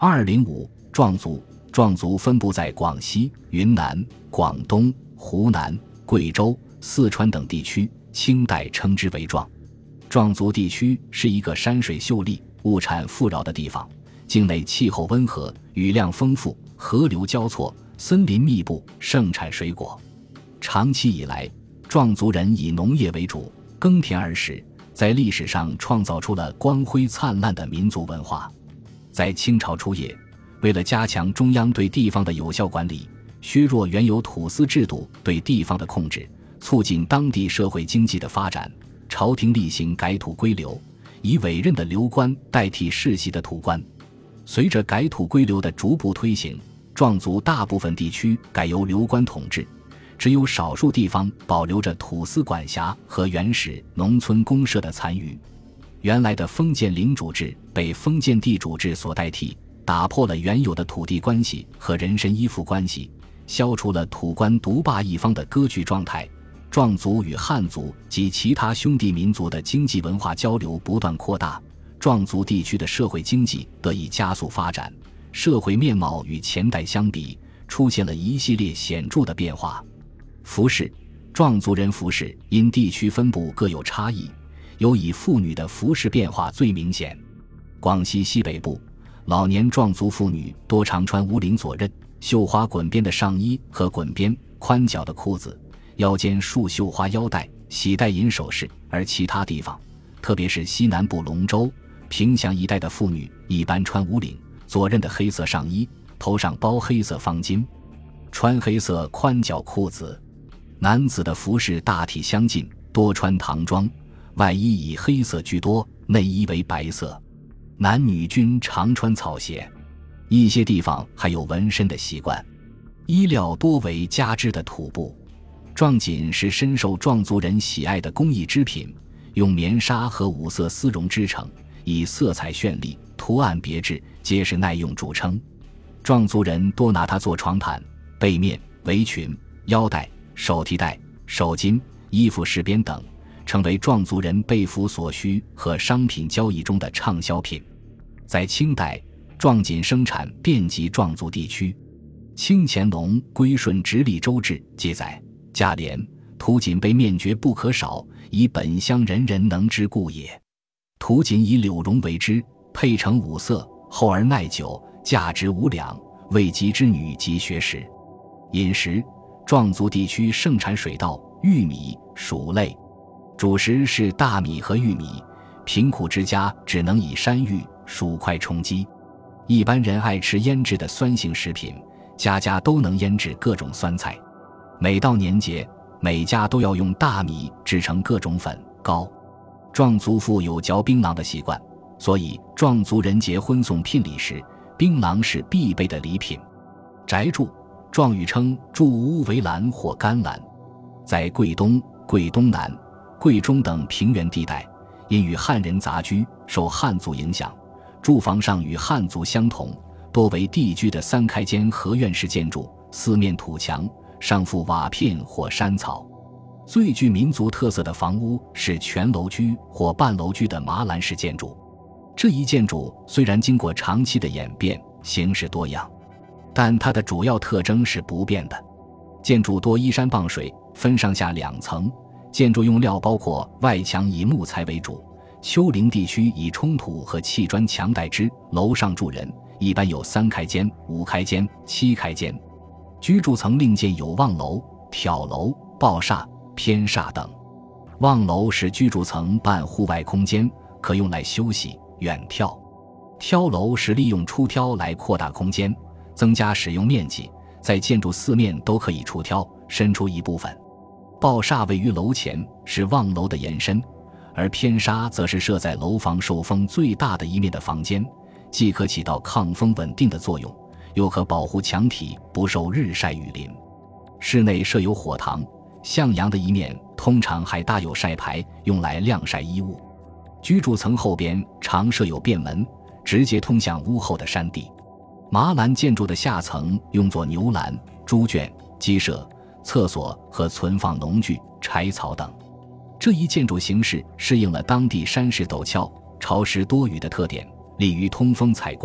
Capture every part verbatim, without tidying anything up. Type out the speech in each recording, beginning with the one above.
二零五壮族。壮族分布在广西、云南、广东、湖南、贵州、四川等地区，清代称之为壮。壮族地区是一个山水秀丽、物产富饶的地方，境内气候温和，雨量丰富，河流交错，森林密布，盛产水果。长期以来，壮族人以农业为主，耕田而食，在历史上创造出了光辉灿烂的民族文化。在清朝初叶，为了加强中央对地方的有效管理，削弱原有土司制度对地方的控制，促进当地社会经济的发展，朝廷厉行改土归流，以委任的流官代替世袭的土官。随着改土归流的逐步推行，壮族大部分地区改由流官统治，只有少数地方保留着土司管辖和原始农村公社的残余。原来的封建领主制被封建地主制所代替，打破了原有的土地关系和人身依附关系，消除了土官独霸一方的割据状态。壮族与汉族及其他兄弟民族的经济文化交流不断扩大，壮族地区的社会经济得以加速发展，社会面貌与前代相比出现了一系列显著的变化。服饰，壮族人服饰因地区分布各有差异，尤以妇女的服饰变化最明显。广西西北部老年壮族妇女多常穿无领左衽、绣花滚边的上衣和滚边宽脚的裤子，腰间束绣花腰带，喜戴银首饰。而其他地方，特别是西南部龙州、凭祥一带的妇女一般穿无领左衽的黑色上衣，头上包黑色方巾，穿黑色宽脚裤子。男子的服饰大体相近，多穿唐装，外衣以黑色居多，内衣为白色。男女均常穿草鞋，一些地方还有纹身的习惯。衣料多为加织的土布。壮锦是深受壮族人喜爱的工艺织品，用棉纱和五色丝绒织成，以色彩绚丽、图案别致、结实耐用著称。壮族人多拿它做床毯、被面、围裙、腰带、手提袋、手巾、衣服饰边等，成为壮族人被服所需和商品交易中的畅销品。在清代，壮锦生产遍及壮族地区。清乾隆归顺直隶州志记载，价廉，土锦被面绝不可少，以本乡人人能织故也。土锦以柳绒为织，配成五色，厚而耐久，价值五两，为及之女及学识。饮食，壮族地区盛产水稻、玉米、薯类，主食是大米和玉米，贫苦之家只能以山芋、薯块充饥。一般人爱吃腌制的酸性食品，家家都能腌制各种酸菜。每到年节，每家都要用大米制成各种粉、糕。壮族妇有嚼槟榔的习惯，所以壮族人结婚送聘礼时，槟榔是必备的礼品。宅住，壮语称住屋为栏或干栏。在贵东、贵东南、贵中等平原地带，因与汉人杂居，受汉族影响，住房上与汉族相同，多为地居的三开间合院式建筑，四面土墙，上覆瓦片或山草。最具民族特色的房屋是全楼居或半楼居的麻栏式建筑。这一建筑虽然经过长期的演变，形式多样，但它的主要特征是不变的。建筑多依山傍水，分上下两层，建筑用料包括外墙以木材为主，丘陵地区以冲土和砌砖墙代之。楼上住人一般有三开间、五开间、七开间。居住层另建有望楼、挑楼、抱厦、偏厦等。望楼是居住层半户外空间，可用来休息、远眺。挑楼是利用出挑来扩大空间，增加使用面积，在建筑四面都可以出挑，伸出一部分。抱厦位于楼前，是望楼的延伸，而偏厦则是设在楼房受风最大的一面的房间，既可起到抗风稳定的作用，又可保护墙体不受日晒雨淋。室内设有火塘，向阳的一面通常还搭有晒牌，用来晾晒衣物。居住层后边常设有便门，直接通向屋后的山地。麻栏建筑的下层用作牛栏、猪圈、鸡舍、厕所和存放农具、柴草等。这一建筑形式适应了当地山势陡峭、潮湿多雨的特点，利于通风采光，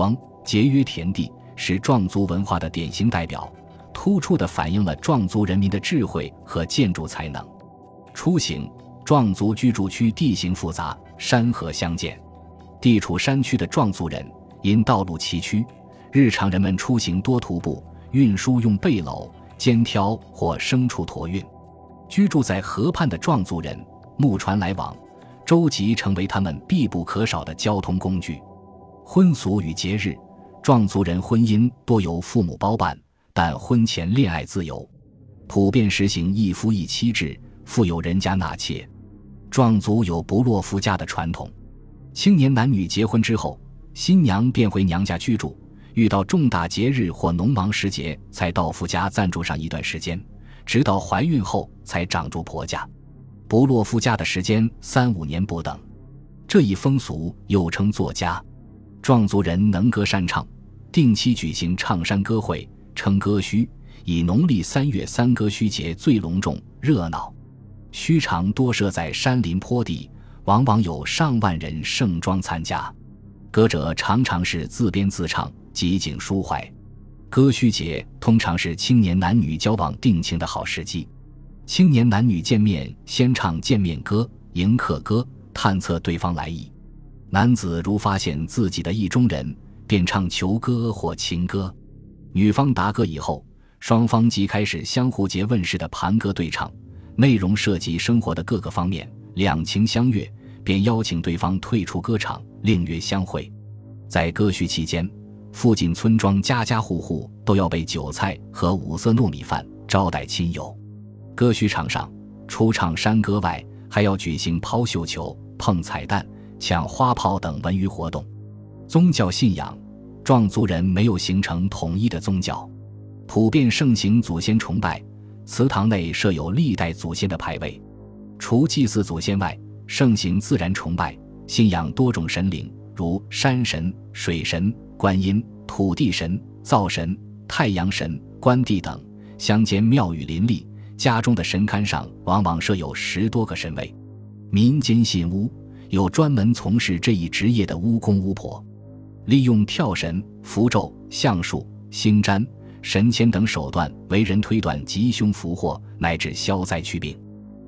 节约田地，是壮族文化的典型代表，突出地反映了壮族人民的智慧和建筑才能。出行，壮族居住区地形复杂，山河相间，地处山区的壮族人因道路崎岖，日常人们出行多徒步，运输用背篓、肩挑或牲畜驮运。居住在河畔的壮族人木船来往，舟楫成为他们必不可少的交通工具。婚俗与节日，壮族人婚姻多由父母包办，但婚前恋爱自由，普遍实行一夫一妻制，富有人家纳妾。壮族有不落夫家的传统，青年男女结婚之后，新娘便回娘家居住，遇到重大节日或农忙时节才到夫家暂住上一段时间，直到怀孕后才长住婆家，不落夫家的时间三五年不等。这一风俗又称作家。壮族人能歌善唱，定期举行唱山歌会，称歌墟，以农历三月三歌墟节最隆重热闹。墟场多设在山林坡地，往往有上万人盛装参加。歌者常常是自编自唱，极尽抒怀。歌墟节通常是青年男女交往定情的好时机。青年男女见面先唱见面歌、迎客歌，探测对方来意。男子如发现自己的意中人，便唱求歌或情歌。女方答歌以后，双方即开始相互诘问式的盘歌对唱，内容涉及生活的各个方面，两情相悦，便邀请对方退出歌场，另约相会。在歌墟期间，附近村庄家家户户都要备酒菜和五色糯米饭招待亲友。歌墟场上，除唱山歌外，还要举行抛绣球、碰彩弹、抢花炮等文娱活动。宗教信仰，壮族人没有形成统一的宗教，普遍盛行祖先崇拜，祠堂内设有历代祖先的牌位。除祭祀祖先外，盛行自然崇拜，信仰多种神灵，如山神、水神、观音、土地神、灶神、太阳神、关帝等。乡间庙宇林立，家中的神龛上往往设有十多个神位。民间信巫，有专门从事这一职业的巫公巫婆，利用跳神、符咒、相术、星占、神签等手段为人推断吉凶福祸，乃至消灾祛病。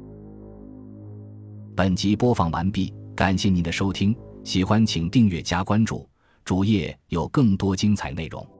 本集播放完毕，感谢您的收听，喜欢请订阅加关注，主页有更多精彩内容。